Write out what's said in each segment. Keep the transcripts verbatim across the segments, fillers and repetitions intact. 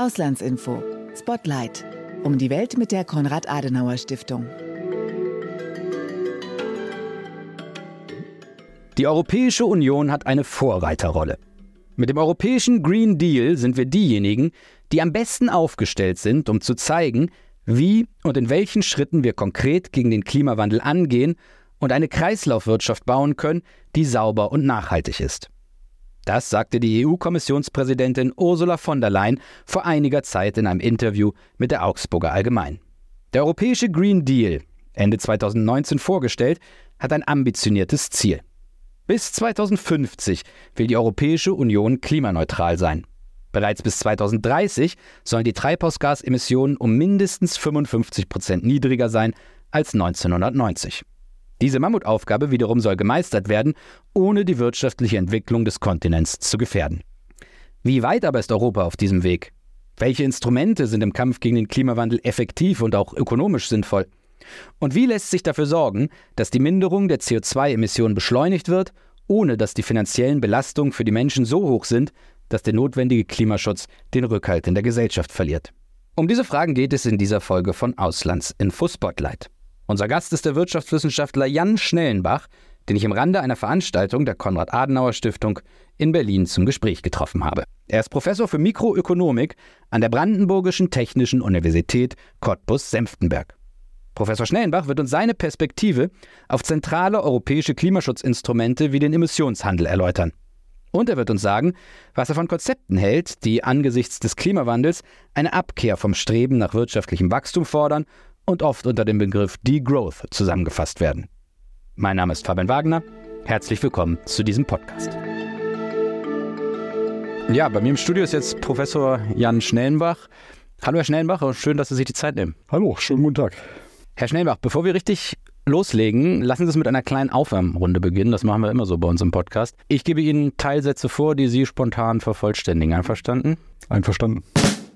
Auslandsinfo. Spotlight. Um die Welt mit der Konrad-Adenauer-Stiftung. Die Europäische Union hat eine Vorreiterrolle. Mit dem Europäischen Green Deal sind wir diejenigen, die am besten aufgestellt sind, um zu zeigen, wie und in welchen Schritten wir konkret gegen den Klimawandel angehen und eine Kreislaufwirtschaft bauen können, die sauber und nachhaltig ist. Das sagte die E U-Kommissionspräsidentin Ursula von der Leyen vor einiger Zeit in einem Interview mit der Augsburger Allgemein. Der Europäische Green Deal, Ende zweitausendneunzehn vorgestellt, hat ein ambitioniertes Ziel. Bis zweitausendfünfzig will die Europäische Union klimaneutral sein. Bereits bis zweitausenddreißig sollen die Treibhausgasemissionen um mindestens fünfundfünfzig Prozent niedriger sein als neunzehnhundertneunzig. Diese Mammutaufgabe wiederum soll gemeistert werden, ohne die wirtschaftliche Entwicklung des Kontinents zu gefährden. Wie weit aber ist Europa auf diesem Weg? Welche Instrumente sind im Kampf gegen den Klimawandel effektiv und auch ökonomisch sinnvoll? Und wie lässt sich dafür sorgen, dass die Minderung der C O zwei Emissionen beschleunigt wird, ohne dass die finanziellen Belastungen für die Menschen so hoch sind, dass der notwendige Klimaschutz den Rückhalt in der Gesellschaft verliert? Um diese Fragen geht es in dieser Folge von Auslandsinfo Spotlight. Unser Gast ist der Wirtschaftswissenschaftler Jan Schnellenbach, den ich im Rande einer Veranstaltung der Konrad-Adenauer-Stiftung in Berlin zum Gespräch getroffen habe. Er ist Professor für Mikroökonomik an der Brandenburgischen Technischen Universität Cottbus-Senftenberg. Professor Schnellenbach wird uns seine Perspektive auf zentrale europäische Klimaschutzinstrumente wie den Emissionshandel erläutern. Und er wird uns sagen, was er von Konzepten hält, die angesichts des Klimawandels eine Abkehr vom Streben nach wirtschaftlichem Wachstum fordern und oft unter dem Begriff Degrowth zusammengefasst werden. Mein Name ist Fabian Wagner. Herzlich willkommen zu diesem Podcast. Ja, bei mir im Studio ist jetzt Professor Jan Schnellenbach. Hallo Herr Schnellenbach, schön, dass Sie sich die Zeit nehmen. Hallo, schönen guten Tag. Herr Schnellenbach, bevor wir richtig loslegen, lassen Sie uns mit einer kleinen Aufwärmrunde beginnen. Das machen wir immer so bei uns im Podcast. Ich gebe Ihnen Teilsätze vor, die Sie spontan vervollständigen. Einverstanden? Einverstanden.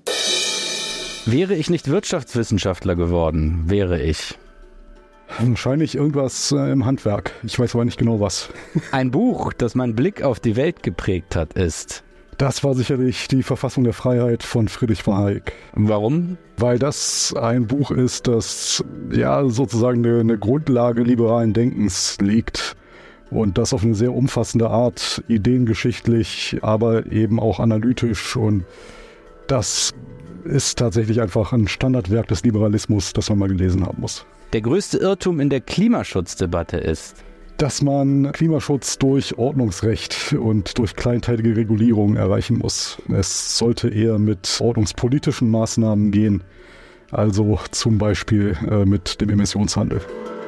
Wäre ich nicht Wirtschaftswissenschaftler geworden, wäre ich... Wahrscheinlich irgendwas äh, im Handwerk. Ich weiß aber nicht genau was. Ein Buch, das meinen Blick auf die Welt geprägt hat, ist... Das war sicherlich die Verfassung der Freiheit von Friedrich von Hayek. Warum? Weil das ein Buch ist, das ja sozusagen eine, eine Grundlage liberalen Denkens liegt. Und das auf eine sehr umfassende Art, ideengeschichtlich, aber eben auch analytisch. Und das ist tatsächlich einfach ein Standardwerk des Liberalismus, das man mal gelesen haben muss. Der größte Irrtum in der Klimaschutzdebatte ist, dass man Klimaschutz durch Ordnungsrecht und durch kleinteilige Regulierung erreichen muss. Es sollte eher mit ordnungspolitischen Maßnahmen gehen, also zum Beispiel äh, mit dem Emissionshandel.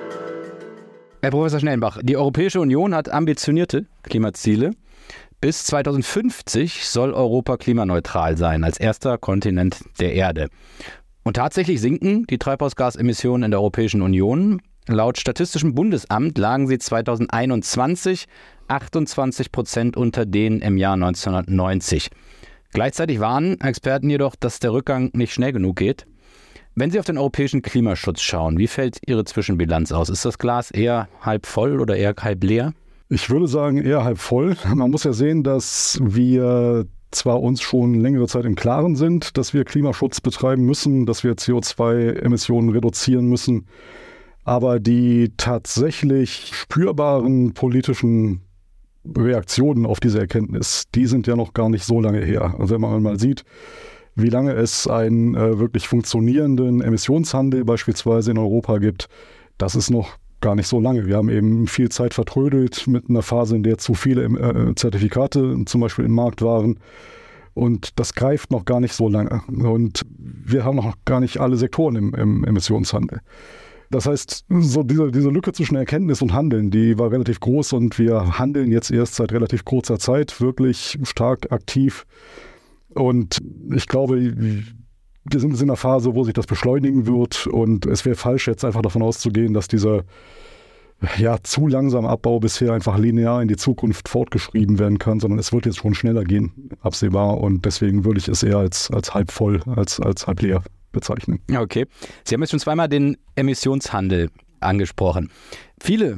Herr Professor Schnellenbach, die Europäische Union hat ambitionierte Klimaziele. Bis zweitausendfünfzig soll Europa klimaneutral sein, als erster Kontinent der Erde. Und tatsächlich sinken die Treibhausgasemissionen in der Europäischen Union. Laut Statistischem Bundesamt lagen sie zweitausendeinundzwanzig achtundzwanzig Prozent unter denen im Jahr neunzehnhundertneunzig. Gleichzeitig warnen Experten jedoch, dass der Rückgang nicht schnell genug geht. Wenn Sie auf den europäischen Klimaschutz schauen, wie fällt Ihre Zwischenbilanz aus? Ist das Glas eher halb voll oder eher halb leer? Ich würde sagen, eher halb voll. Man muss ja sehen, dass wir zwar uns schon längere Zeit im Klaren sind, dass wir Klimaschutz betreiben müssen, dass wir C O zwei Emissionen reduzieren müssen, aber die tatsächlich spürbaren politischen Reaktionen auf diese Erkenntnis, die sind ja noch gar nicht so lange her. Also wenn man mal sieht, wie lange es einen äh, wirklich funktionierenden Emissionshandel beispielsweise in Europa gibt, das ist noch gar nicht so lange. Wir haben eben viel Zeit vertrödelt mit einer Phase, in der zu viele äh, Zertifikate zum Beispiel im Markt waren. Und das greift noch gar nicht so lange. Und wir haben noch gar nicht alle Sektoren im, im Emissionshandel. Das heißt, so diese, diese Lücke zwischen Erkenntnis und Handeln, die war relativ groß und wir handeln jetzt erst seit relativ kurzer Zeit wirklich stark aktiv. Und ich glaube, wir sind jetzt in einer Phase, wo sich das beschleunigen wird und es wäre falsch, jetzt einfach davon auszugehen, dass dieser ja, zu langsame Abbau bisher einfach linear in die Zukunft fortgeschrieben werden kann, sondern es wird jetzt schon schneller gehen, absehbar, und deswegen würde ich es eher als, als halb voll, als, als halb leer bezeichnen. Okay. Sie haben jetzt schon zweimal den Emissionshandel angesprochen. Viele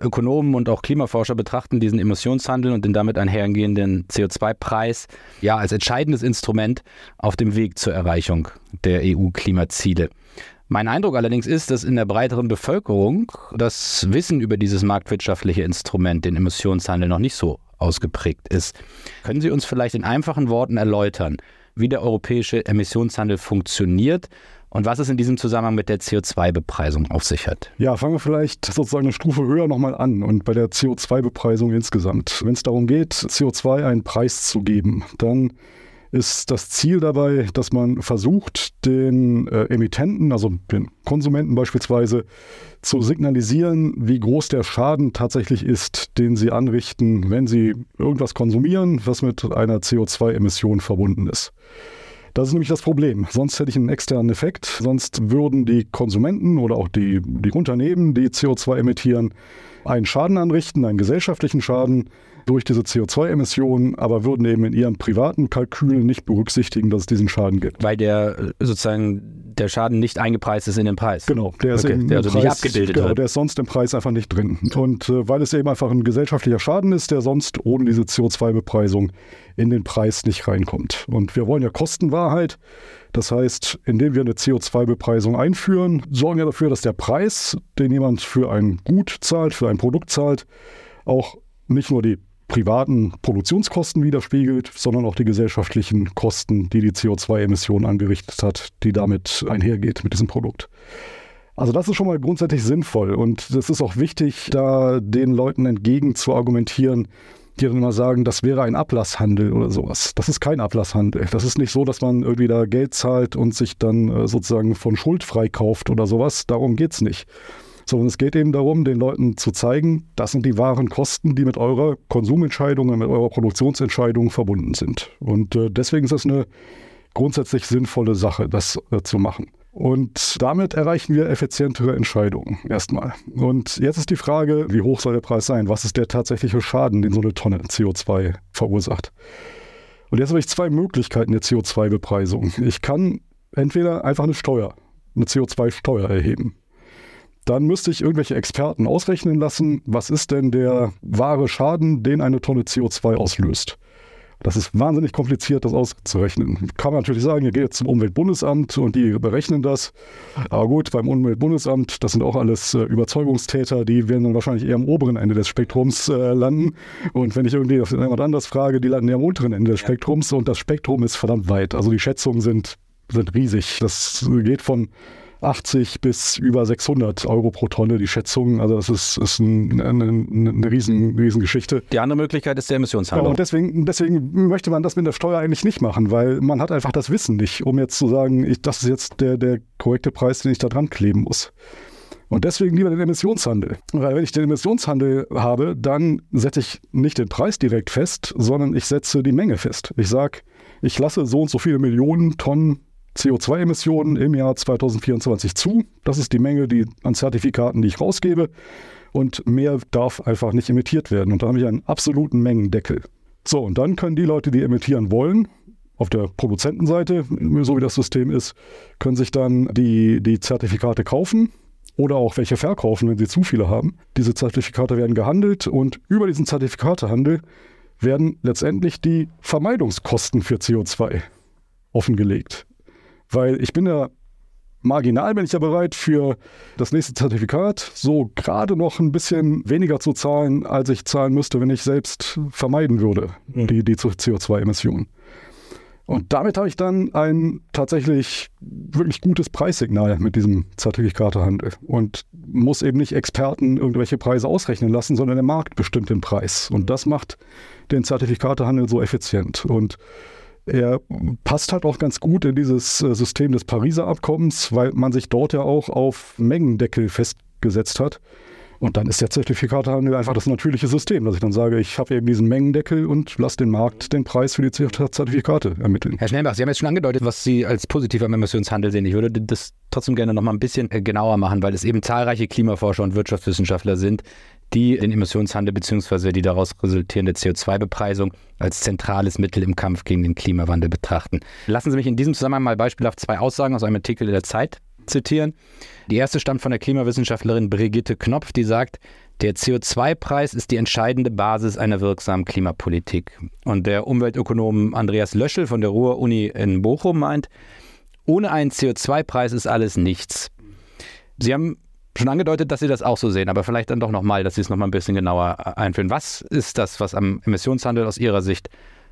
Ökonomen und auch Klimaforscher betrachten diesen Emissionshandel und den damit einhergehenden C O zwei Preis ja als entscheidendes Instrument auf dem Weg zur Erreichung der E U-Klimaziele. Mein Eindruck allerdings ist, dass in der breiteren Bevölkerung das Wissen über dieses marktwirtschaftliche Instrument, den Emissionshandel, noch nicht so ausgeprägt ist. Können Sie uns vielleicht in einfachen Worten erläutern, wie der europäische Emissionshandel funktioniert und was es in diesem Zusammenhang mit der C O zwei Bepreisung auf sich hat? Ja, fangen wir vielleicht sozusagen eine Stufe höher nochmal an und bei der C O zwei Bepreisung insgesamt. Wenn es darum geht, C O zwei einen Preis zu geben, dann ist das Ziel dabei, dass man versucht, den äh, Emittenten, also den Konsumenten beispielsweise, zu signalisieren, wie groß der Schaden tatsächlich ist, den sie anrichten, wenn sie irgendwas konsumieren, was mit einer C O zwei Emission verbunden ist. Das ist nämlich das Problem. Sonst hätte ich einen externen Effekt. Sonst würden die Konsumenten oder auch die, die Unternehmen, die C O zwei emittieren, einen Schaden anrichten, einen gesellschaftlichen Schaden durch diese C O zwei Emissionen, aber würden eben in ihren privaten Kalkülen nicht berücksichtigen, dass es diesen Schaden gibt. Weil der sozusagen der Schaden nicht eingepreist ist in den Preis. Genau, der ist okay, im der also Preis, nicht abgebildet genau, wird. Der ist sonst im Preis einfach nicht drin. Und äh, weil es eben einfach ein gesellschaftlicher Schaden ist, der sonst ohne diese C O zwei Bepreisung in den Preis nicht reinkommt. Und wir wollen ja Kostenwahrheit. Das heißt, indem wir eine C O zwei Bepreisung einführen, sorgen wir dafür, dass der Preis, den jemand für ein Gut zahlt, für ein Produkt zahlt, auch nicht nur die privaten Produktionskosten widerspiegelt, sondern auch die gesellschaftlichen Kosten, die die C O zwei Emission angerichtet hat, die damit einhergeht mit diesem Produkt. Also das ist schon mal grundsätzlich sinnvoll und es ist auch wichtig, da den Leuten entgegen zu argumentieren, die dann immer sagen, das wäre ein Ablasshandel oder sowas. Das ist kein Ablasshandel. Das ist nicht so, dass man irgendwie da Geld zahlt und sich dann äh, sozusagen von Schuld freikauft oder sowas. Darum geht es nicht. Sondern es geht eben darum, den Leuten zu zeigen, das sind die wahren Kosten, die mit eurer Konsumentscheidung, mit eurer Produktionsentscheidung verbunden sind. Und äh, deswegen ist das eine grundsätzlich sinnvolle Sache, das äh, zu machen. Und damit erreichen wir effizientere Entscheidungen erstmal. Und jetzt ist die Frage, wie hoch soll der Preis sein? Was ist der tatsächliche Schaden, den so eine Tonne C O zwei verursacht? Und jetzt habe ich zwei Möglichkeiten der C O zwei Bepreisung. Ich kann entweder einfach eine Steuer, eine C O zwei Steuer erheben. Dann müsste ich irgendwelche Experten ausrechnen lassen, was ist denn der wahre Schaden, den eine Tonne C O zwei auslöst. Das ist wahnsinnig kompliziert, das auszurechnen. Kann man natürlich sagen, ihr geht jetzt zum Umweltbundesamt und die berechnen das. Aber gut, beim Umweltbundesamt, das sind auch alles äh, Überzeugungstäter, die werden dann wahrscheinlich eher am oberen Ende des Spektrums äh, landen. Und wenn ich irgendwie auf jemand anders frage, die landen eher am unteren Ende des Spektrums. Und das Spektrum ist verdammt weit. Also die Schätzungen sind, sind riesig. Das geht von achtzig bis über sechshundert Euro pro Tonne, die Schätzung. Also das ist, ist ein, eine, eine riesen, riesen Geschichte. Die andere Möglichkeit ist der Emissionshandel. Ja, und deswegen, deswegen möchte man das mit der Steuer eigentlich nicht machen, weil man hat einfach das Wissen nicht, um jetzt zu sagen, ich, das ist jetzt der, der korrekte Preis, den ich da dran kleben muss. Und deswegen lieber den Emissionshandel. Weil wenn ich den Emissionshandel habe, dann setze ich nicht den Preis direkt fest, sondern ich setze die Menge fest. Ich sage, ich lasse so und so viele Millionen Tonnen C O zwei Emissionen im Jahr zweitausendvierundzwanzig zu. Das ist die Menge die an Zertifikaten, die ich rausgebe. Und mehr darf einfach nicht emittiert werden. Und da habe ich einen absoluten Mengendeckel. So, und dann können die Leute, die emittieren wollen, auf der Produzentenseite, so wie das System ist, können sich dann die, die Zertifikate kaufen oder auch welche verkaufen, wenn sie zu viele haben. Diese Zertifikate werden gehandelt und über diesen Zertifikatehandel werden letztendlich die Vermeidungskosten für C O zwei offengelegt. Weil ich bin ja marginal, bin ich ja bereit für das nächste Zertifikat so gerade noch ein bisschen weniger zu zahlen, als ich zahlen müsste, wenn ich selbst vermeiden würde, mhm. die, die C O zwei Emissionen. Und damit habe ich dann ein tatsächlich wirklich gutes Preissignal mit diesem Zertifikatehandel und muss eben nicht Experten irgendwelche Preise ausrechnen lassen, sondern der Markt bestimmt den Preis. Und das macht den Zertifikatehandel so effizient. Und er passt halt auch ganz gut in dieses System des Pariser Abkommens, weil man sich dort ja auch auf Mengendeckel festgesetzt hat. Und dann ist der Zertifikatehandel einfach das natürliche System, dass ich dann sage, ich habe eben diesen Mengendeckel und lasse den Markt den Preis für die Zertifikate ermitteln. Herr Schnellbach, Sie haben jetzt schon angedeutet, was Sie als positiv am Emissionshandel sehen. Ich würde das trotzdem gerne noch mal ein bisschen genauer machen, weil es eben zahlreiche Klimaforscher und Wirtschaftswissenschaftler sind, die den Emissionshandel bzw. die daraus resultierende C O zwei Bepreisung als zentrales Mittel im Kampf gegen den Klimawandel betrachten. Lassen Sie mich in diesem Zusammenhang mal beispielhaft zwei Aussagen aus einem Artikel in der Zeit zitieren. Die erste stammt von der Klimawissenschaftlerin Brigitte Knopf, die sagt, Der C O zwei Preis ist die entscheidende Basis einer wirksamen Klimapolitik. Und der Umweltökonom Andreas Löschel von der Ruhr-Uni in Bochum meint, ohne einen C O zwei Preis ist alles nichts. Sie haben schon angedeutet, dass Sie das auch so sehen, aber vielleicht dann doch nochmal, dass Sie es nochmal ein bisschen genauer einführen. Was ist das, was am Emissionshandel aus Ihrer Sicht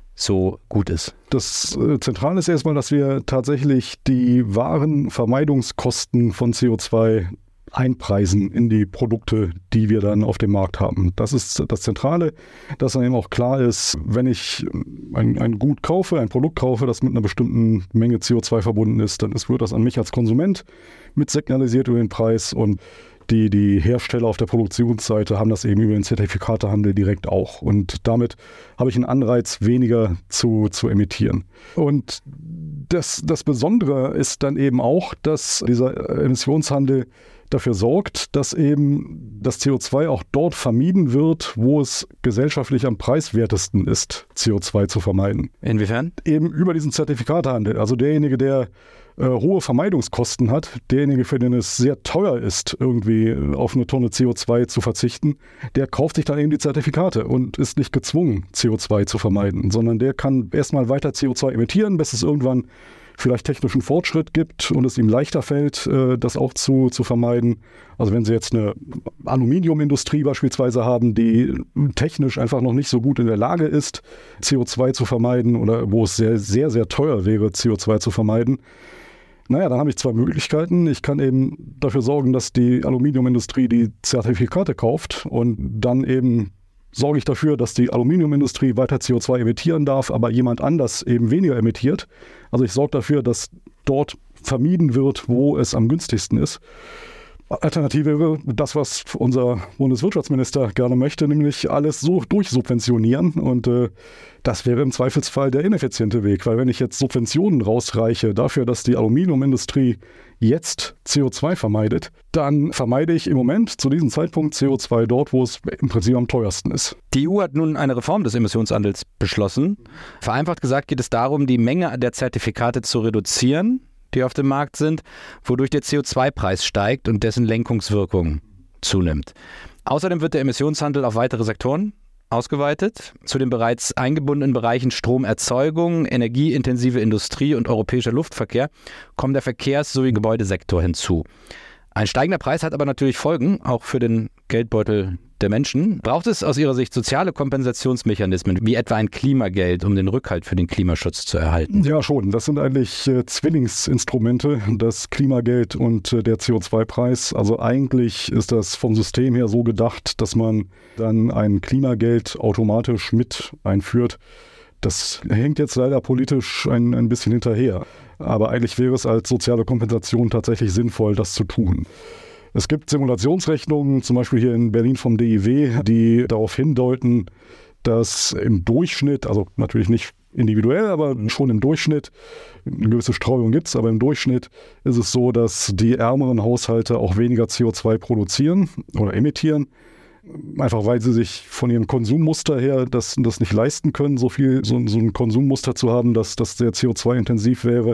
so gut ist? Das äh, Zentrale ist erstmal, dass wir tatsächlich die wahren Vermeidungskosten von C O zwei einpreisen in die Produkte, die wir dann auf dem Markt haben. Das ist das Zentrale, dass dann eben auch klar ist, wenn ich ein, ein Gut kaufe, ein Produkt kaufe, das mit einer bestimmten Menge C O zwei verbunden ist, dann ist, wird das an mich als Konsument mit signalisiert über den Preis und die, die Hersteller auf der Produktionsseite haben das eben über den Zertifikatehandel direkt auch. Und damit habe ich einen Anreiz, weniger zu, zu emittieren. Und das, das Besondere ist dann eben auch, dass dieser Emissionshandel dafür sorgt, dass eben das C O zwei auch dort vermieden wird, wo es gesellschaftlich am preiswertesten ist, C O zwei zu vermeiden. Inwiefern? Eben über diesen Zertifikatehandel. Also derjenige, der äh, hohe Vermeidungskosten hat, derjenige, für den es sehr teuer ist, irgendwie auf eine Tonne C O zwei zu verzichten, der kauft sich dann eben die Zertifikate und ist nicht gezwungen, C O zwei zu vermeiden, sondern der kann erstmal weiter C O zwei emittieren, bis es irgendwann vielleicht technischen Fortschritt gibt und es ihm leichter fällt, das auch zu, zu vermeiden. Also wenn Sie jetzt eine Aluminiumindustrie beispielsweise haben, die technisch einfach noch nicht so gut in der Lage ist, C O zwei zu vermeiden oder wo es sehr, sehr, sehr teuer wäre, C O zwei zu vermeiden, naja, dann habe ich zwei Möglichkeiten. Ich kann eben dafür sorgen, dass die Aluminiumindustrie die Zertifikate kauft und dann eben sorge ich dafür, dass die Aluminiumindustrie weiter C O zwei emittieren darf, aber jemand anders eben weniger emittiert. Also ich sorge dafür, dass dort vermieden wird, wo es am günstigsten ist. Alternative wäre das, was unser Bundeswirtschaftsminister gerne möchte, nämlich alles so durchsubventionieren. Und äh, das wäre im Zweifelsfall der ineffiziente Weg, weil wenn ich jetzt Subventionen rausreiche dafür, dass die Aluminiumindustrie jetzt C O zwei vermeidet, dann vermeide ich im Moment zu diesem Zeitpunkt C O zwei dort, wo es im Prinzip am teuersten ist. Die E U hat nun eine Reform des Emissionshandels beschlossen. Vereinfacht gesagt geht es darum, die Menge der Zertifikate zu reduzieren, die auf dem Markt sind, wodurch der C O zwei Preis steigt und dessen Lenkungswirkung zunimmt. Außerdem wird der Emissionshandel auf weitere Sektoren ausgeweitet. Zu den bereits eingebundenen Bereichen Stromerzeugung, energieintensive Industrie und europäischer Luftverkehr kommen der Verkehrs- sowie Gebäudesektor hinzu. Ein steigender Preis hat aber natürlich Folgen, auch für den Geldbeutel der Menschen. Braucht es aus Ihrer Sicht soziale Kompensationsmechanismen, wie etwa ein Klimageld, um den Rückhalt für den Klimaschutz zu erhalten? Ja, schon. Das sind eigentlich äh, Zwillingsinstrumente, das Klimageld und äh, der C O zwei Preis. Also eigentlich ist das vom System her so gedacht, dass man dann ein Klimageld automatisch mit einführt. Das hängt jetzt leider politisch ein, ein bisschen hinterher. Aber eigentlich wäre es als soziale Kompensation tatsächlich sinnvoll, das zu tun. Es gibt Simulationsrechnungen, zum Beispiel hier in Berlin vom D I W, die darauf hindeuten, dass im Durchschnitt, also natürlich nicht individuell, aber schon im Durchschnitt, eine gewisse Streuung gibt es, aber im Durchschnitt ist es so, dass die ärmeren Haushalte auch weniger C O zwei produzieren oder emittieren. Einfach weil sie sich von ihrem Konsummuster her das, das nicht leisten können, so viel so, so ein Konsummuster zu haben, dass das sehr C O zwei intensiv wäre.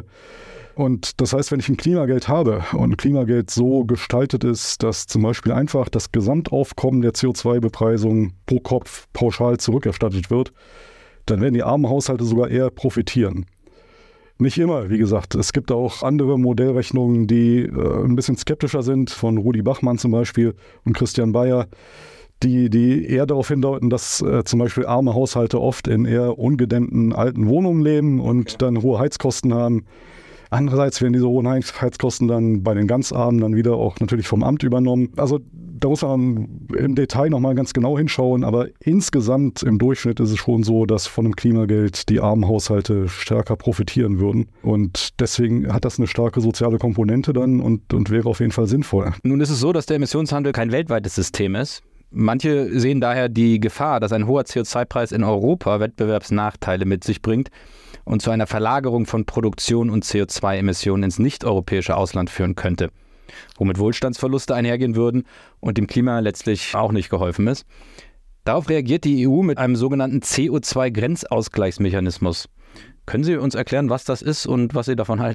Und das heißt, wenn ich ein Klimageld habe und ein Klimageld so gestaltet ist, dass zum Beispiel einfach das Gesamtaufkommen der C O zwei Bepreisung pro Kopf pauschal zurückerstattet wird, dann werden die armen Haushalte sogar eher profitieren. Nicht immer, wie gesagt. Es gibt auch andere Modellrechnungen, die äh, ein bisschen skeptischer sind, von Rudi Bachmann zum Beispiel und Christian Bayer, die, die eher darauf hindeuten, dass äh, zum Beispiel arme Haushalte oft in eher ungedämmten alten Wohnungen leben und okay. dann hohe Heizkosten haben. Andererseits werden diese hohen Heizkosten dann bei den ganz Armen dann wieder auch natürlich vom Amt übernommen. Also da muss man im Detail nochmal ganz genau hinschauen, aber insgesamt im Durchschnitt ist es schon so, dass von dem Klimageld die armen Haushalte stärker profitieren würden. Und deswegen hat das eine starke soziale Komponente dann und, und wäre auf jeden Fall sinnvoll. Nun ist es so, dass der Emissionshandel kein weltweites System ist. Manche sehen daher die Gefahr, dass ein hoher C O zwei Preis in Europa Wettbewerbsnachteile mit sich bringt und zu einer Verlagerung von Produktion und C O zwei Emissionen ins nicht-europäische Ausland führen könnte, womit Wohlstandsverluste einhergehen würden und dem Klima letztlich auch nicht geholfen ist. Darauf reagiert die E U mit einem sogenannten C O zwei Grenzausgleichsmechanismus. Können Sie uns erklären, was das ist und was Sie davon halten?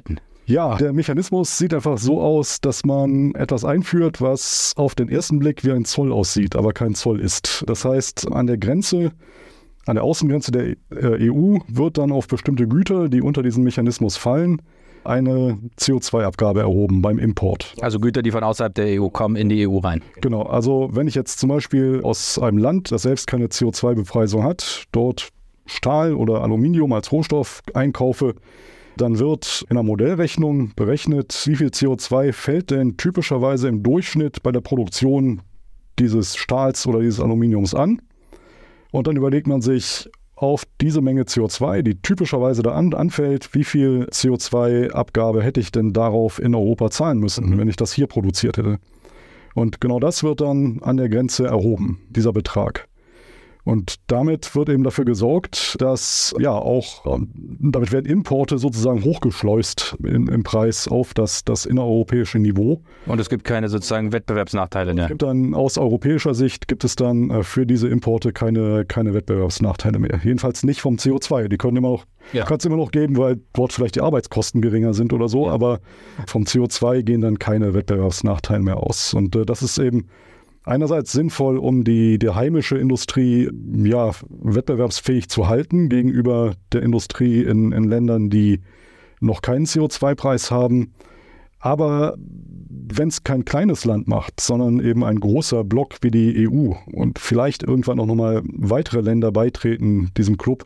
Ja, der Mechanismus sieht einfach so aus, dass man etwas einführt, was auf den ersten Blick wie ein Zoll aussieht, aber kein Zoll ist. Das heißt, an der Grenze, an der Außengrenze der E U wird dann auf bestimmte Güter, die unter diesen Mechanismus fallen, eine C O zwei Abgabe erhoben beim Import. Also Güter, die von außerhalb der E U kommen, in die E U rein. Genau, also wenn ich jetzt zum Beispiel aus einem Land, das selbst keine C O zwei Bepreisung hat, dort Stahl oder Aluminium als Rohstoff einkaufe, dann wird in einer Modellrechnung berechnet, wie viel C O zwei fällt denn typischerweise im Durchschnitt bei der Produktion dieses Stahls oder dieses Aluminiums an. Und dann überlegt man sich, auf diese Menge C O zwei, die typischerweise da an, anfällt, wie viel C O zwei Abgabe hätte ich denn darauf in Europa zahlen müssen, mhm. wenn ich das hier produziert hätte. Und genau das wird dann an der Grenze erhoben, dieser Betrag. Und damit wird eben dafür gesorgt, dass ja auch, damit werden Importe sozusagen hochgeschleust in, im Preis auf das, das innereuropäische Niveau. Und es gibt keine sozusagen Wettbewerbsnachteile mehr. Es gibt dann aus europäischer Sicht gibt es dann äh, für diese Importe keine, keine Wettbewerbsnachteile mehr. Jedenfalls nicht vom C O zwei. Die können immer noch, ja. kann es immer noch geben, weil dort vielleicht die Arbeitskosten geringer sind oder so, ja. aber vom C O zwei gehen dann keine Wettbewerbsnachteile mehr aus. Und äh, das ist eben einerseits sinnvoll, um die, die heimische Industrie ja, wettbewerbsfähig zu halten gegenüber der Industrie in, in Ländern, die noch keinen C O zwei Preis haben. Aber wenn es kein kleines Land macht, sondern eben ein großer Block wie die E U und vielleicht irgendwann auch nochmal weitere Länder beitreten diesem Club,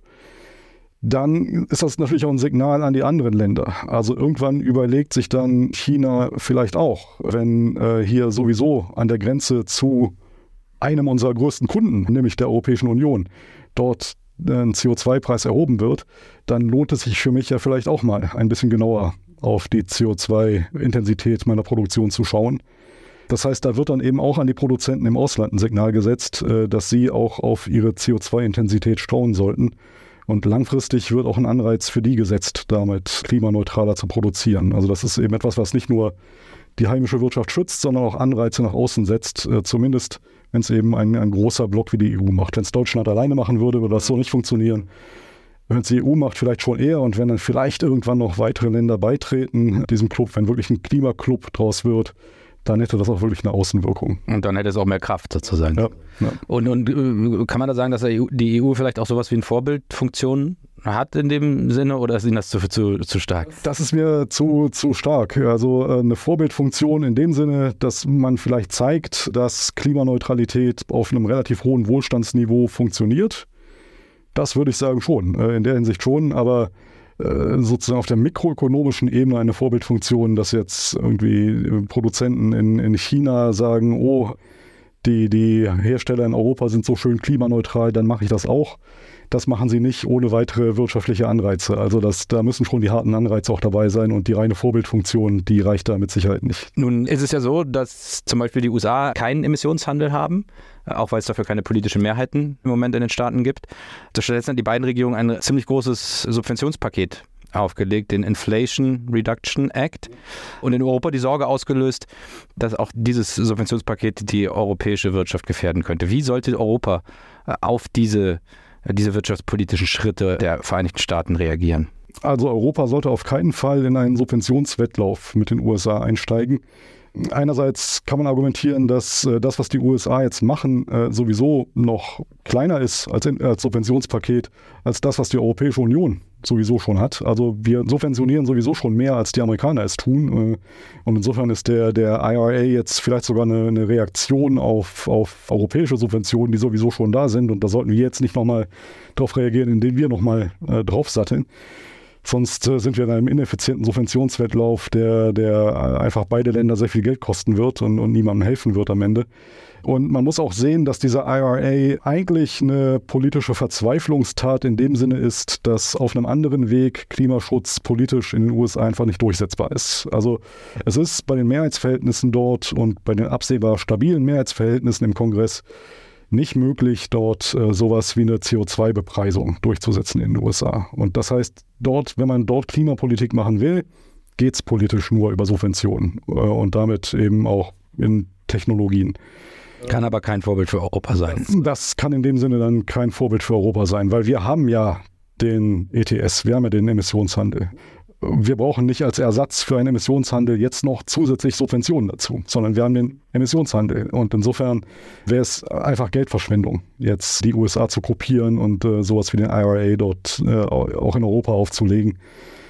dann ist das natürlich auch ein Signal an die anderen Länder. Also irgendwann überlegt sich dann China vielleicht auch, wenn äh, hier sowieso an der Grenze zu einem unserer größten Kunden, nämlich der Europäischen Union, dort ein C O zwei Preis erhoben wird, dann lohnt es sich für mich ja vielleicht auch mal ein bisschen genauer auf die C O zwei Intensität meiner Produktion zu schauen. Das heißt, da wird dann eben auch an die Produzenten im Ausland ein Signal gesetzt, äh, dass sie auch auf ihre C O zwei Intensität schauen sollten. Und langfristig wird auch ein Anreiz für die gesetzt, damit klimaneutraler zu produzieren. Also das ist eben etwas, was nicht nur die heimische Wirtschaft schützt, sondern auch Anreize nach außen setzt. Äh, zumindest, wenn es eben ein, ein großer Block wie die E U macht. Wenn es Deutschland alleine machen würde, würde das so nicht funktionieren. Wenn es die E U macht, vielleicht schon eher. Und wenn dann vielleicht irgendwann noch weitere Länder beitreten, diesem Club, wenn wirklich ein Klimaclub draus wird, dann hätte das auch wirklich eine Außenwirkung. Und dann hätte es auch mehr Kraft sozusagen. Ja, ja. Und, und kann man da sagen, dass die E U vielleicht auch sowas wie eine Vorbildfunktion hat in dem Sinne, oder ist Ihnen das zu, zu, zu stark? Das ist mir zu, zu stark. Also eine Vorbildfunktion in dem Sinne, dass man vielleicht zeigt, dass Klimaneutralität auf einem relativ hohen Wohlstandsniveau funktioniert. Das würde ich sagen schon, in der Hinsicht schon, aber sozusagen auf der mikroökonomischen Ebene eine Vorbildfunktion, dass jetzt irgendwie Produzenten in, in China sagen, oh, die, die Hersteller in Europa sind so schön klimaneutral, dann mache ich das auch. Das machen sie nicht ohne weitere wirtschaftliche Anreize. Also das, da müssen schon die harten Anreize auch dabei sein und die reine Vorbildfunktion, die reicht da mit Sicherheit nicht. Nun ist es ja so, dass zum Beispiel die U S A keinen Emissionshandel haben, auch weil es dafür keine politischen Mehrheiten im Moment in den Staaten gibt. Stattdessen hat die beiden Regierungen ein ziemlich großes Subventionspaket aufgelegt, den Inflation Reduction Act, und in Europa die Sorge ausgelöst, dass auch dieses Subventionspaket die europäische Wirtschaft gefährden könnte. Wie sollte Europa auf diese, diese wirtschaftspolitischen Schritte der Vereinigten Staaten reagieren? Also Europa sollte auf keinen Fall in einen Subventionswettlauf mit den U S A einsteigen. Einerseits kann man argumentieren, dass äh, das, was die U S A jetzt machen, äh, sowieso noch kleiner ist als, in, als Subventionspaket, als das, was die Europäische Union sowieso schon hat. Also wir subventionieren sowieso schon mehr, als die Amerikaner es tun. Äh, und insofern ist der, der I R A jetzt vielleicht sogar eine, eine Reaktion auf, auf europäische Subventionen, die sowieso schon da sind. Und da sollten wir jetzt nicht nochmal darauf reagieren, indem wir nochmal äh, draufsatteln. Sonst äh, sind wir in einem ineffizienten Subventionswettlauf, der, der einfach beide Länder sehr viel Geld kosten wird und, und niemandem helfen wird am Ende. Und man muss auch sehen, dass dieser I R A eigentlich eine politische Verzweiflungstat in dem Sinne ist, dass auf einem anderen Weg Klimaschutz politisch in den U S A einfach nicht durchsetzbar ist. Also es ist bei den Mehrheitsverhältnissen dort und bei den absehbar stabilen Mehrheitsverhältnissen im Kongress nicht möglich, dort äh, sowas wie eine C O zwei Bepreisung durchzusetzen in den U S A. Und das heißt, dort, wenn man dort Klimapolitik machen will, geht es politisch nur über Subventionen äh, und damit eben auch in Technologien. Kann aber kein Vorbild für Europa sein. Das kann in dem Sinne dann kein Vorbild für Europa sein, weil wir haben ja den E T S, wir haben ja den Emissionshandel. wir brauchen nicht als Ersatz für einen Emissionshandel jetzt noch zusätzlich Subventionen dazu, sondern wir haben den Emissionshandel. Und insofern wäre es einfach Geldverschwendung, jetzt die U S A zu kopieren und äh, sowas wie den I R A dort äh, auch in Europa aufzulegen.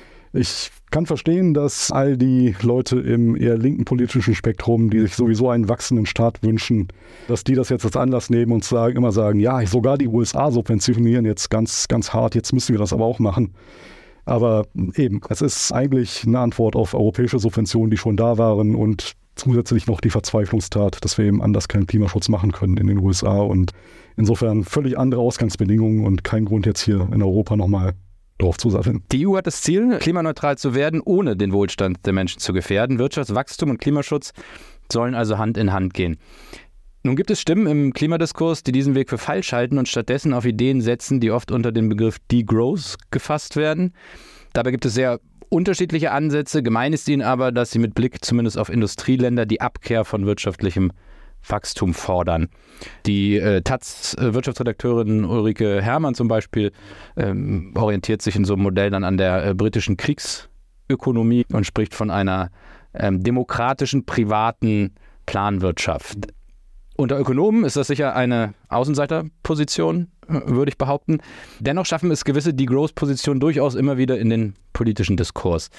Ich kann verstehen, dass all die Leute im eher linken politischen Spektrum, die sich sowieso einen wachsenden Staat wünschen, dass die das jetzt als Anlass nehmen und sagen, immer sagen, ja, sogar die U S A subventionieren jetzt ganz, ganz hart, jetzt müssen wir das aber auch machen. Aber eben, es ist eigentlich eine Antwort auf europäische Subventionen, die schon da waren und zusätzlich noch die Verzweiflungstat, dass wir eben anders keinen Klimaschutz machen können in den U S A und insofern völlig andere Ausgangsbedingungen und kein Grund jetzt hier in Europa nochmal drauf zu satteln. Die E U hat das Ziel, klimaneutral zu werden, ohne den Wohlstand der Menschen zu gefährden. Wirtschaftswachstum und Klimaschutz sollen also Hand in Hand gehen. Nun gibt es Stimmen im Klimadiskurs, die diesen Weg für falsch halten und stattdessen auf Ideen setzen, die oft unter dem Begriff Degrowth gefasst werden. Dabei gibt es sehr unterschiedliche Ansätze. Gemein ist ihnen aber, dass sie mit Blick zumindest auf Industrieländer die Abkehr von wirtschaftlichem Wachstum fordern. Die äh, Taz-Wirtschaftsredakteurin Ulrike Herrmann zum Beispiel ähm, orientiert sich in so einem Modell dann an der äh, britischen Kriegsökonomie und spricht von einer ähm, demokratischen, privaten Planwirtschaft. Unter Ökonomen ist das sicher eine Außenseiterposition, äh, würde ich behaupten. Dennoch schaffen es gewisse Degrowth-Positionen durchaus immer wieder in den politischen Diskurs.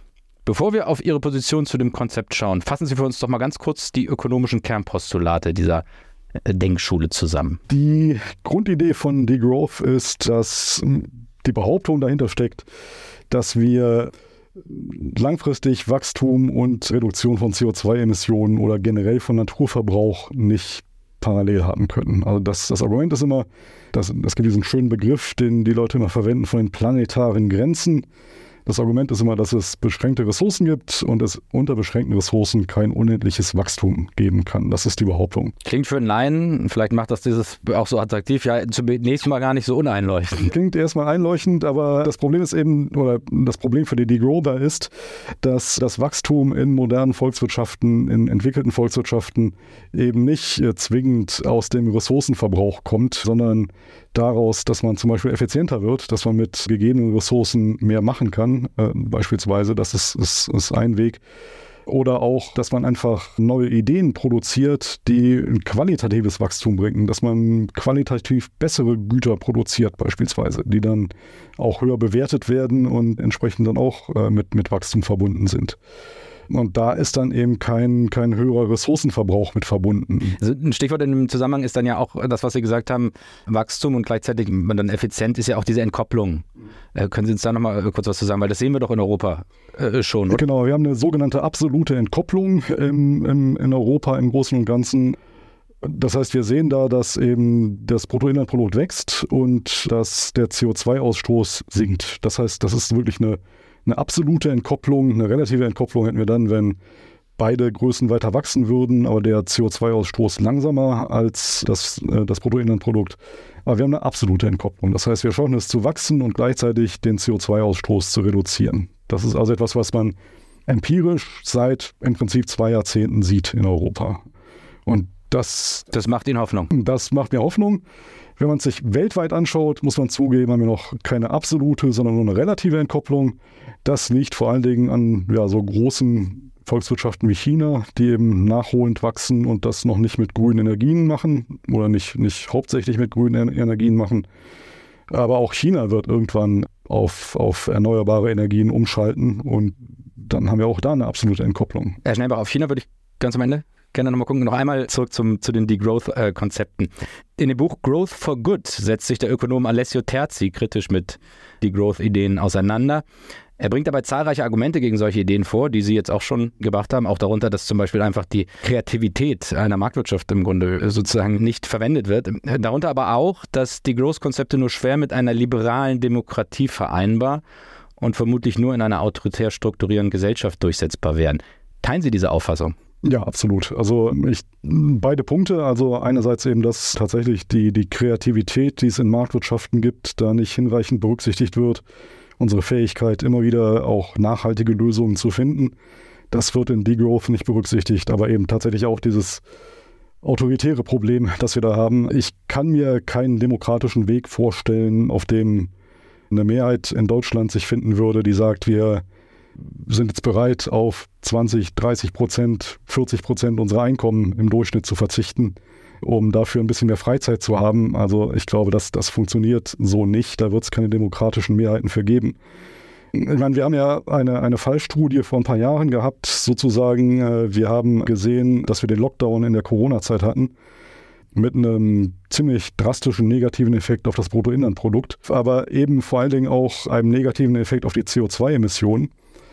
Bevor wir auf Ihre Position zu dem Konzept schauen, fassen Sie für uns doch mal ganz kurz die ökonomischen Kernpostulate dieser Denkschule zusammen. Die Grundidee von Degrowth ist, dass die Behauptung dahinter steckt, dass wir langfristig Wachstum und Reduktion von C O zwei Emissionen oder generell von Naturverbrauch nicht parallel haben können. Also das, das Argument ist immer, dass es gibt diesen schönen Begriff, den die Leute immer verwenden, von den planetaren Grenzen. Das Argument ist immer, dass es beschränkte Ressourcen gibt und es unter beschränkten Ressourcen kein unendliches Wachstum geben kann. Das ist die Behauptung. Klingt für einen Laien, vielleicht macht das dieses auch so attraktiv, ja zunächst mal gar nicht so uneinleuchtend. Klingt erstmal einleuchtend, aber das Problem ist eben, oder das Problem für die Degrowther ist, dass das Wachstum in modernen Volkswirtschaften, in entwickelten Volkswirtschaften eben nicht äh, zwingend aus dem Ressourcenverbrauch kommt, sondern daraus, dass man zum Beispiel effizienter wird, dass man mit gegebenen Ressourcen mehr machen kann, äh, beispielsweise, das ist, ist, ist ein Weg. Oder auch, dass man einfach neue Ideen produziert, die ein qualitatives Wachstum bringen, dass man qualitativ bessere Güter produziert beispielsweise, die dann auch höher bewertet werden und entsprechend dann auch äh, mit, mit Wachstum verbunden sind. Und da ist dann eben kein, kein höherer Ressourcenverbrauch mit verbunden. Also ein Stichwort in dem Zusammenhang ist dann ja auch das, was Sie gesagt haben, Wachstum und gleichzeitig dann effizient ist ja auch diese Entkopplung. Äh, können Sie uns da nochmal kurz was zu sagen? Weil das sehen wir doch in Europa äh, schon. Oder? Genau, wir haben eine sogenannte absolute Entkopplung im, im, in Europa im Großen und Ganzen. Das heißt, wir sehen da, dass eben das Bruttoinlandprodukt wächst und dass der C O zwei Ausstoß sinkt. Das heißt, das ist wirklich eine Eine absolute Entkopplung, eine relative Entkopplung hätten wir dann, wenn beide Größen weiter wachsen würden, aber der C O zwei Ausstoß langsamer als das, äh, das Bruttoinlandprodukt. Aber wir haben eine absolute Entkopplung. Das heißt, wir schaffen es zu wachsen und gleichzeitig den C O zwei Ausstoß zu reduzieren. Das ist also etwas, was man empirisch seit im Prinzip zwei Jahrzehnten sieht in Europa. Und das, das macht Ihnen Hoffnung? Das macht mir Hoffnung. Wenn man es sich weltweit anschaut, muss man zugeben, haben wir noch keine absolute, sondern nur eine relative Entkopplung. Das liegt vor allen Dingen an ja, so großen Volkswirtschaften wie China, die eben nachholend wachsen und das noch nicht mit grünen Energien machen oder nicht, nicht hauptsächlich mit grünen Energien machen. Aber auch China wird irgendwann auf, auf erneuerbare Energien umschalten und dann haben wir auch da eine absolute Entkopplung. Herr Schnellbach, auf China würde ich ganz am Ende gerne nochmal gucken. Noch einmal zurück zum, zu den Degrowth-Konzepten. In dem Buch Growth for Good setzt sich der Ökonom Alessio Terzi kritisch mit Degrowth-Ideen auseinander. Er bringt dabei zahlreiche Argumente gegen solche Ideen vor, die Sie jetzt auch schon gebracht haben. Auch darunter, dass zum Beispiel einfach die Kreativität einer Marktwirtschaft im Grunde sozusagen nicht verwendet wird. Darunter aber auch, dass Degrowth-Konzepte nur schwer mit einer liberalen Demokratie vereinbar und vermutlich nur in einer autoritär strukturierenden Gesellschaft durchsetzbar wären. Teilen Sie diese Auffassung? Ja, absolut. Also ich, beide Punkte. Also einerseits eben, dass tatsächlich die, die Kreativität, die es in Marktwirtschaften gibt, da nicht hinreichend berücksichtigt wird. Unsere Fähigkeit, immer wieder auch nachhaltige Lösungen zu finden, das wird in Degrowth nicht berücksichtigt. Aber eben tatsächlich auch dieses autoritäre Problem, das wir da haben. Ich kann mir keinen demokratischen Weg vorstellen, auf dem eine Mehrheit in Deutschland sich finden würde, die sagt, wir sind jetzt bereit, auf zwanzig, dreißig Prozent, vierzig Prozent unserer Einkommen im Durchschnitt zu verzichten, um dafür ein bisschen mehr Freizeit zu haben. Also ich glaube, das, das funktioniert so nicht. Da wird es keine demokratischen Mehrheiten für geben. Ich meine, wir haben ja eine, eine Fallstudie vor ein paar Jahren gehabt, sozusagen. Wir haben gesehen, dass wir den Lockdown in der Corona-Zeit hatten, mit einem ziemlich drastischen negativen Effekt auf das Bruttoinlandprodukt, aber eben vor allen Dingen auch einem negativen Effekt auf die C O zwei Emissionen.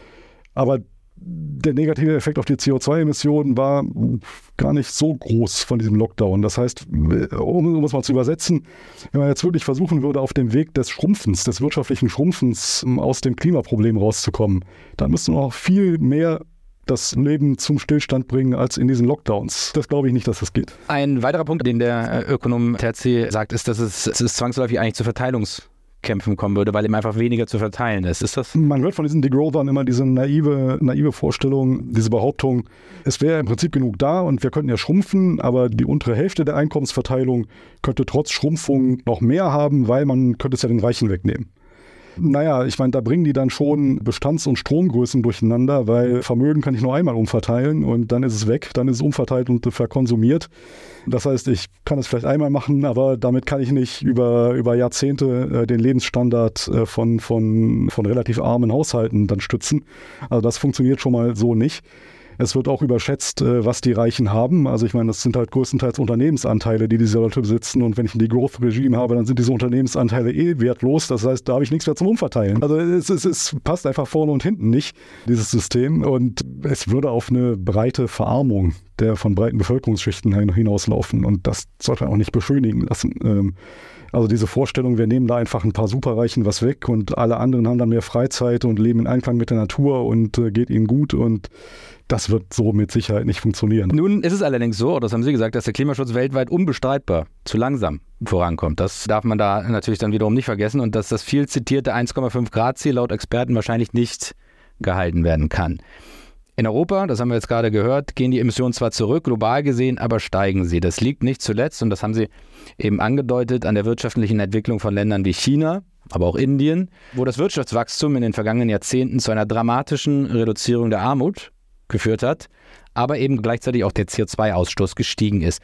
Aber der negative Effekt auf die C O zwei Emissionen war gar nicht so groß von diesem Lockdown. Das heißt, um es mal zu übersetzen, wenn man jetzt wirklich versuchen würde, auf dem Weg des Schrumpfens, des wirtschaftlichen Schrumpfens aus dem Klimaproblem rauszukommen, dann müsste man auch viel mehr das Leben zum Stillstand bringen als in diesen Lockdowns. Das glaube ich nicht, dass das geht. Ein weiterer Punkt, den der Ökonom Terzi sagt, ist, dass es, es ist zwangsläufig eigentlich zu Verteilungskämpfen kommen würde, weil eben einfach weniger zu verteilen ist. Ist das? Man hört von diesen Degrowthern immer diese naive, naive Vorstellung, diese Behauptung, es wäre im Prinzip genug da und wir könnten ja schrumpfen, aber die untere Hälfte der Einkommensverteilung könnte trotz Schrumpfung noch mehr haben, weil man könnte es ja den Reichen wegnehmen. Naja, ich meine, da bringen die dann schon Bestands- und Stromgrößen durcheinander, weil Vermögen kann ich nur einmal umverteilen und dann ist es weg, dann ist es umverteilt und verkonsumiert. Das heißt, ich kann es vielleicht einmal machen, aber damit kann ich nicht über, über Jahrzehnte äh, den Lebensstandard äh, von, von, von relativ armen Haushalten dann stützen. Also das funktioniert schon mal so nicht. Es wird auch überschätzt, was die Reichen haben. Also ich meine, das sind halt größtenteils Unternehmensanteile, die diese Leute besitzen. Und wenn ich ein Degrowth-Regime habe, dann sind diese Unternehmensanteile eh wertlos. Das heißt, da habe ich nichts mehr zum Umverteilen. Also es, es, es passt einfach vorne und hinten nicht, dieses System. Und es würde auf eine breite Verarmung der von breiten Bevölkerungsschichten hinauslaufen. Und das sollte man auch nicht beschönigen lassen. Also diese Vorstellung, wir nehmen da einfach ein paar Superreichen was weg und alle anderen haben dann mehr Freizeit und leben in Einklang mit der Natur und äh, geht ihnen gut und das wird so mit Sicherheit nicht funktionieren. Nun ist es allerdings so, das haben Sie gesagt, dass der Klimaschutz weltweit unbestreitbar zu langsam vorankommt. Das darf man da natürlich dann wiederum nicht vergessen und dass das viel zitierte eins Komma fünf Grad Ziel laut Experten wahrscheinlich nicht gehalten werden kann. In Europa, das haben wir jetzt gerade gehört, gehen die Emissionen zwar zurück, global gesehen, aber steigen sie. Das liegt nicht zuletzt, und das haben Sie eben angedeutet, an der wirtschaftlichen Entwicklung von Ländern wie China, aber auch Indien, wo das Wirtschaftswachstum in den vergangenen Jahrzehnten zu einer dramatischen Reduzierung der Armut geführt hat, aber eben gleichzeitig auch der C O zwei Ausstoß gestiegen ist.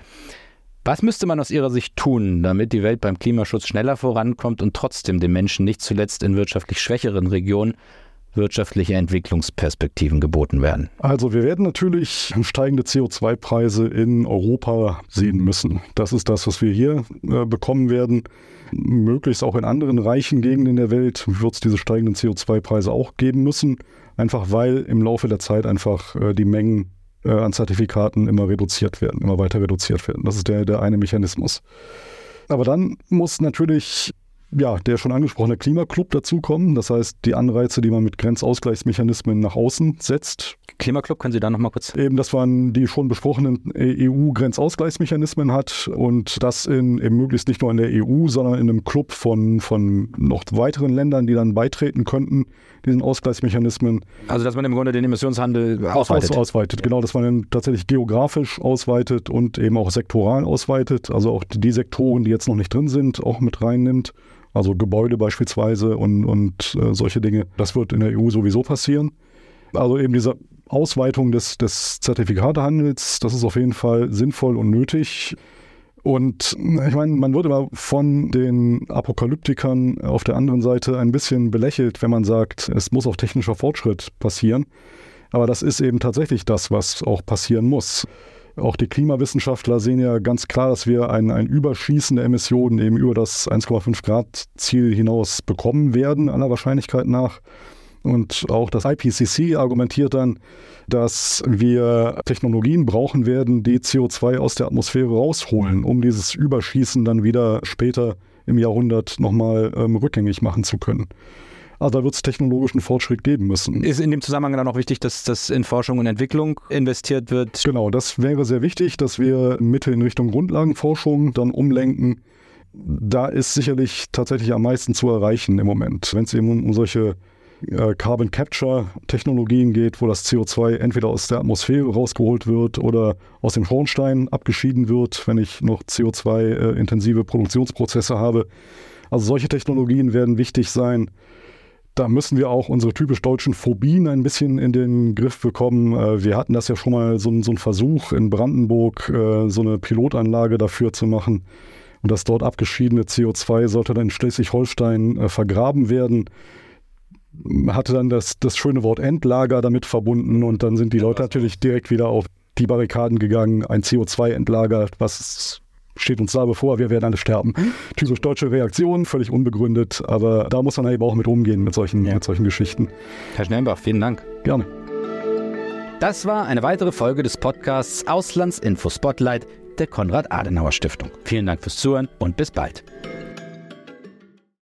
Was müsste man aus Ihrer Sicht tun, damit die Welt beim Klimaschutz schneller vorankommt und trotzdem den Menschen nicht zuletzt in wirtschaftlich schwächeren Regionen wirtschaftliche Entwicklungsperspektiven geboten werden? Also wir werden natürlich steigende C O zwei Preise in Europa sehen müssen. Das ist das, was wir hier äh, bekommen werden. Möglichst auch in anderen reichen Gegenden der Welt wird es diese steigenden C O zwei Preise auch geben müssen. Einfach weil im Laufe der Zeit einfach äh, die Mengen äh, an Zertifikaten immer reduziert werden, immer weiter reduziert werden. Das ist der, der eine Mechanismus. Aber dann muss natürlich ja, der schon angesprochene Klimaclub dazukommen. Das heißt, die Anreize, die man mit Grenzausgleichsmechanismen nach außen setzt. Klimaclub, können Sie da nochmal kurz? Eben, dass man die schon besprochenen E U-Grenzausgleichsmechanismen hat und das in, eben möglichst nicht nur in der E U, sondern in einem Club von, von noch weiteren Ländern, die dann beitreten könnten, diesen Ausgleichsmechanismen. Also, dass man im Grunde den Emissionshandel ausweitet. Aus, ausweitet, genau, dass man ihn tatsächlich geografisch ausweitet und eben auch sektoral ausweitet. Also auch die Sektoren, die jetzt noch nicht drin sind, auch mit reinnimmt. Also Gebäude beispielsweise und, und äh, solche Dinge. Das wird in der E U sowieso passieren. Also eben diese Ausweitung des, des Zertifikatehandels, das ist auf jeden Fall sinnvoll und nötig. Und ich meine, man wird immer von den Apokalyptikern auf der anderen Seite ein bisschen belächelt, wenn man sagt, es muss auch technischer Fortschritt passieren. Aber das ist eben tatsächlich das, was auch passieren muss. Auch die Klimawissenschaftler sehen ja ganz klar, dass wir ein, ein Überschießen der Emissionen eben über das eins Komma fünf Grad Ziel hinaus bekommen werden, aller Wahrscheinlichkeit nach. Und auch das I P C C argumentiert dann, dass wir Technologien brauchen werden, die C O zwei aus der Atmosphäre rausholen, um dieses Überschießen dann wieder später im Jahrhundert nochmal ähm, rückgängig machen zu können. Also da wird es technologischen Fortschritt geben müssen. Ist in dem Zusammenhang dann auch wichtig, dass das in Forschung und Entwicklung investiert wird? Genau, das wäre sehr wichtig, dass wir Mittel in Richtung Grundlagenforschung dann umlenken. Da ist sicherlich tatsächlich am meisten zu erreichen im Moment. Wenn es eben um, um solche äh, Carbon Capture Technologien geht, wo das C O zwei entweder aus der Atmosphäre rausgeholt wird oder aus dem Schornstein abgeschieden wird, wenn ich noch C O zwei äh, intensive Produktionsprozesse habe. Also solche Technologien werden wichtig sein. da müssen wir auch unsere typisch deutschen Phobien ein bisschen in den Griff bekommen. Wir hatten das ja schon mal, so, so einen Versuch in Brandenburg, so eine Pilotanlage dafür zu machen. Und das dort abgeschiedene C O zwei sollte dann in Schleswig-Holstein vergraben werden. Hatte dann das, das schöne Wort Endlager damit verbunden und dann sind die Leute natürlich direkt wieder auf die Barrikaden gegangen. Ein C O zwei Endlager, was steht uns da bevor, wir werden alle sterben. Typisch deutsche Reaktion, völlig unbegründet, aber da muss man eben auch mit umgehen, mit solchen, ja. mit solchen Geschichten. Herr Schnellenbach, vielen Dank. Gerne. Das war eine weitere Folge des Podcasts Auslandsinfo Spotlight der Konrad-Adenauer-Stiftung. Vielen Dank fürs Zuhören und bis bald.